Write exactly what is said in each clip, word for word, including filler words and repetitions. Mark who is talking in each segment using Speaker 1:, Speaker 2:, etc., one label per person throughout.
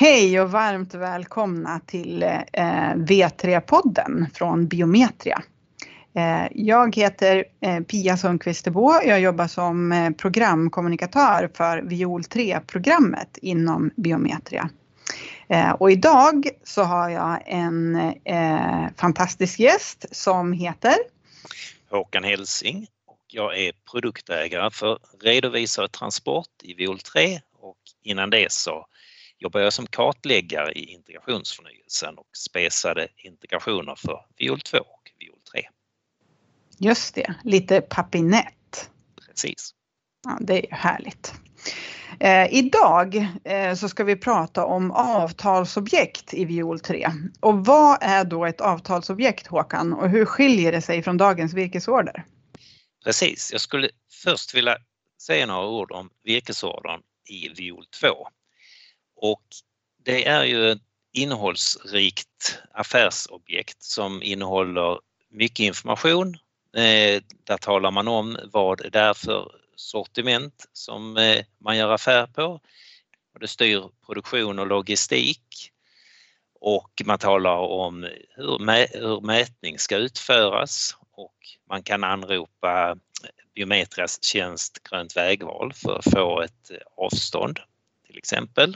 Speaker 1: Hej och varmt välkomna till eh, V tre-podden från Biometria. Eh, jag heter eh, Pia Sundqvistebo. Jag jobbar som eh, programkommunikatör för Viol tre-programmet inom Biometria. Eh, och idag så har jag en eh, fantastisk gäst som heter
Speaker 2: Håkan Helsing. Och jag är produktägare för Redovisare Transport i Viol tre och innan det så jobbar jag som kartläggare i integrationsförnyelsen och spesade integrationer för Viol två och Viol tre.
Speaker 1: Just det, lite papinett.
Speaker 2: Precis.
Speaker 1: Ja, det är ju härligt. Eh, idag eh, så ska vi prata om avtalsobjekt i Viol tre. Och vad är då ett avtalsobjekt, Håkan? Och hur skiljer det sig från dagens virkesorder?
Speaker 2: Precis, jag skulle först vilja säga några ord om virkesordern i Viol två. Och det är ju ett innehållsrikt affärsobjekt som innehåller mycket information. Eh, där talar man om vad det är för sortiment som eh, man gör affär på. Och det styr produktion och logistik. Och man talar om hur, mä- hur mätning ska utföras. Och man kan anropa Biometrias tjänst grönt vägval för att få ett avstånd till exempel.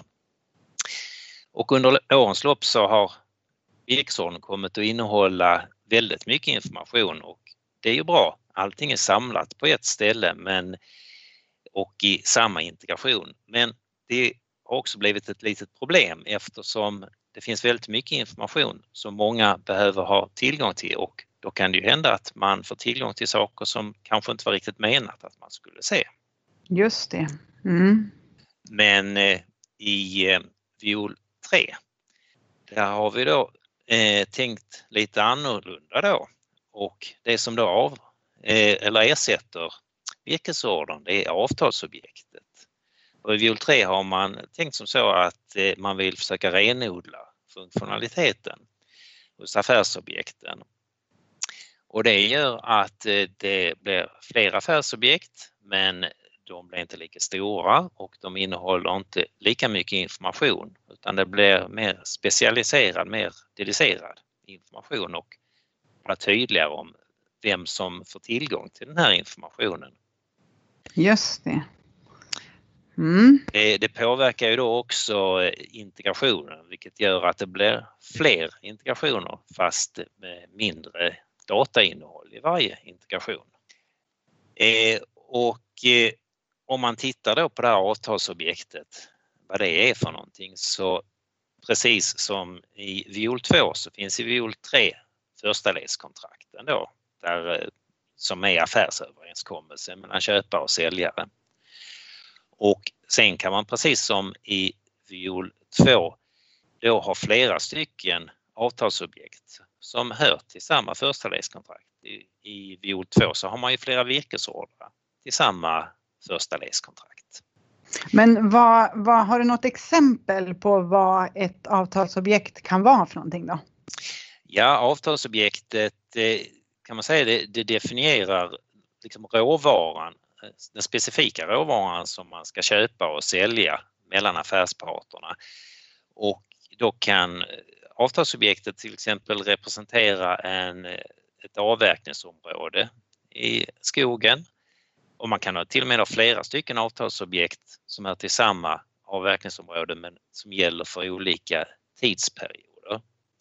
Speaker 2: Och under årens lopp så har virkesordern kommit att innehålla väldigt mycket information och det är ju bra. Allting är samlat på ett ställe men, och i samma integration. Men det har också blivit ett litet problem eftersom det finns väldigt mycket information som många behöver ha tillgång till och då kan det ju hända att man får tillgång till saker som kanske inte var riktigt menat att man skulle se.
Speaker 1: Just det. Mm.
Speaker 2: Men eh, i eh, Viol tre, där har vi då eh, tänkt lite annorlunda då och det som då av, eh, eller ersätter virkesordern det är avtalsobjektet. Och i Viol tre har man tänkt som så att eh, man vill försöka renodla funktionaliteten hos affärsobjekten. Och det gör att eh, det blir fler affärsobjekt men de blir inte lika stora och de innehåller inte lika mycket information utan det blir mer specialiserad, mer dedicerad information och vara tydligare om vem som får tillgång till den här informationen.
Speaker 1: Just det. Mm.
Speaker 2: Det, det påverkar ju då också integrationen vilket gör att det blir fler integrationer fast med mindre datainnehåll i varje integration. Eh, och eh, om man tittar då på det här avtalsobjektet, vad det är för någonting, så precis som i Viol två så finns i Viol tre första ledskontrakten då, där, som är affärsöverenskommelse mellan köpare och säljare. Och sen kan man precis som i Viol två då ha flera stycken avtalsobjekt som hör till samma första ledskontrakt. I, i Viol två så har man ju flera virkesordrar till samma första ledskontrakt.
Speaker 1: Men vad, vad, har du något exempel på vad ett avtalsobjekt kan vara för någonting då?
Speaker 2: Ja, avtalsobjektet kan man säga det, det definierar liksom råvaran, den specifika råvaran som man ska köpa och sälja mellan affärsparterna. Och då kan avtalsobjektet till exempel representera en, ett avverkningsområde i skogen. Och man kan ha till och med ha flera stycken avtalsobjekt som är till samma avverkningsområde men som gäller för olika tidsperioder.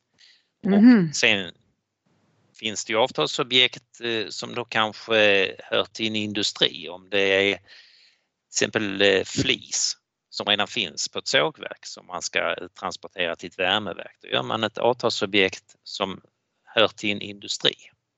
Speaker 2: Mm. Och sen finns det ju avtalsobjekt som då kanske hör till en industri. Om det är till exempel flis som redan finns på ett sågverk som man ska transportera till ett värmeverk. Då gör man ett avtalsobjekt som hör till en industri.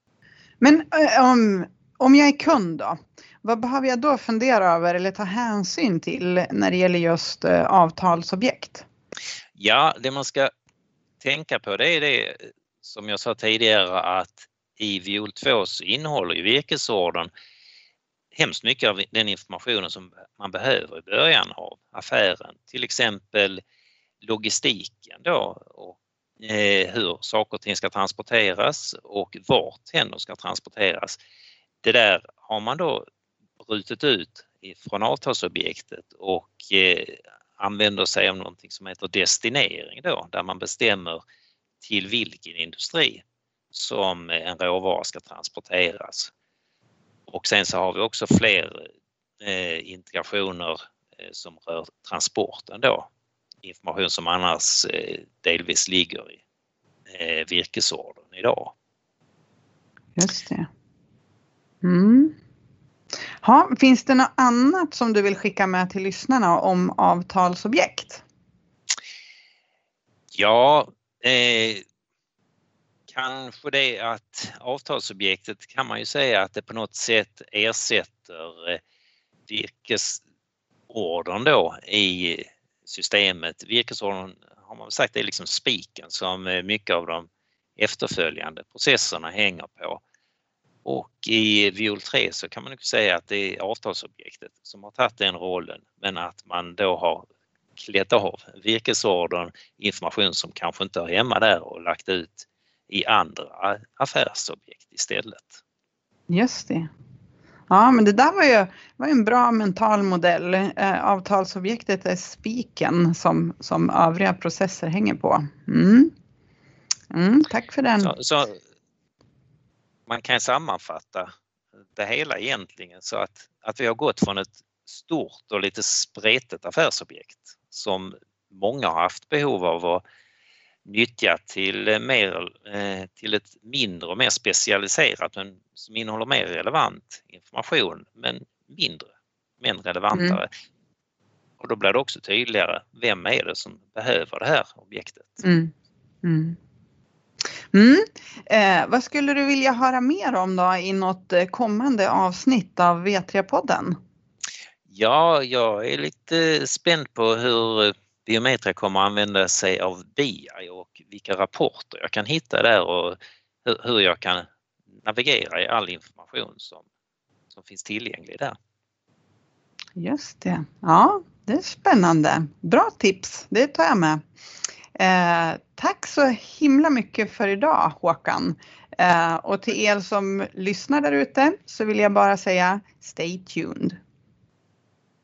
Speaker 1: Men om, om jag är kund då, vad behöver jag då fundera över eller ta hänsyn till när det gäller just avtalsobjekt?
Speaker 2: Ja, det man ska tänka på det är det som jag sa tidigare att i Viol två så innehåller ju virkesordern hemskt mycket av den informationen som man behöver i början av affären. Till exempel logistiken då och eh, hur saker och ting ska transporteras och vart hen ska transporteras. Det där har man då brutit ut från avtalsobjektet och eh, använder sig av någonting som heter destinering då, där man bestämmer till vilken industri som en råvara ska transporteras. Och sen så har vi också fler eh, integrationer eh, som rör transporten då. Information som annars eh, delvis ligger i eh, virkesordern idag.
Speaker 1: Just det. Mm. Ha, finns det något annat som du vill skicka med till lyssnarna om avtalsobjekt?
Speaker 2: Ja, eh, kanske det att avtalsobjektet kan man ju säga att det på något sätt ersätter eh, virkesordern då i systemet. Virkesordern har man sagt är liksom spiken som mycket av de efterföljande processerna hänger på. Och i Viol tre så kan man nog säga att det är avtalsobjektet som har tagit den rollen, men att man då har klätt av virkesordern information som kanske inte hör hemma där och lagt ut i andra affärsobjekt istället.
Speaker 1: Just det. Ja, men det där var ju var en bra mental modell. Eh, avtalsobjektet är spiken som, som övriga processer hänger på. Mm. Mm, tack för den.
Speaker 2: Så, så man kan sammanfatta det hela egentligen så att, att vi har gått från ett stort och lite spretigt affärsobjekt som många har haft behov av att nyttja till, mer, till ett mindre och mer specialiserat men som innehåller mer relevant information men mindre, men relevantare. Mm. Och då blir det också tydligare vem är det som behöver det här objektet.
Speaker 1: Mm. Mm. Mm. Eh, vad skulle du vilja höra mer om då i något kommande avsnitt av V tre-podden?
Speaker 2: Ja, jag är lite spänd på hur Biometria kommer att använda sig av B I och vilka rapporter jag kan hitta där och hur jag kan navigera i all information som, som finns tillgänglig där.
Speaker 1: Just det. Ja, det är spännande. Bra tips, det tar jag med. Eh, tack så himla mycket för idag, Håkan. Eh, och till er som lyssnar där ute så vill jag bara säga stay tuned.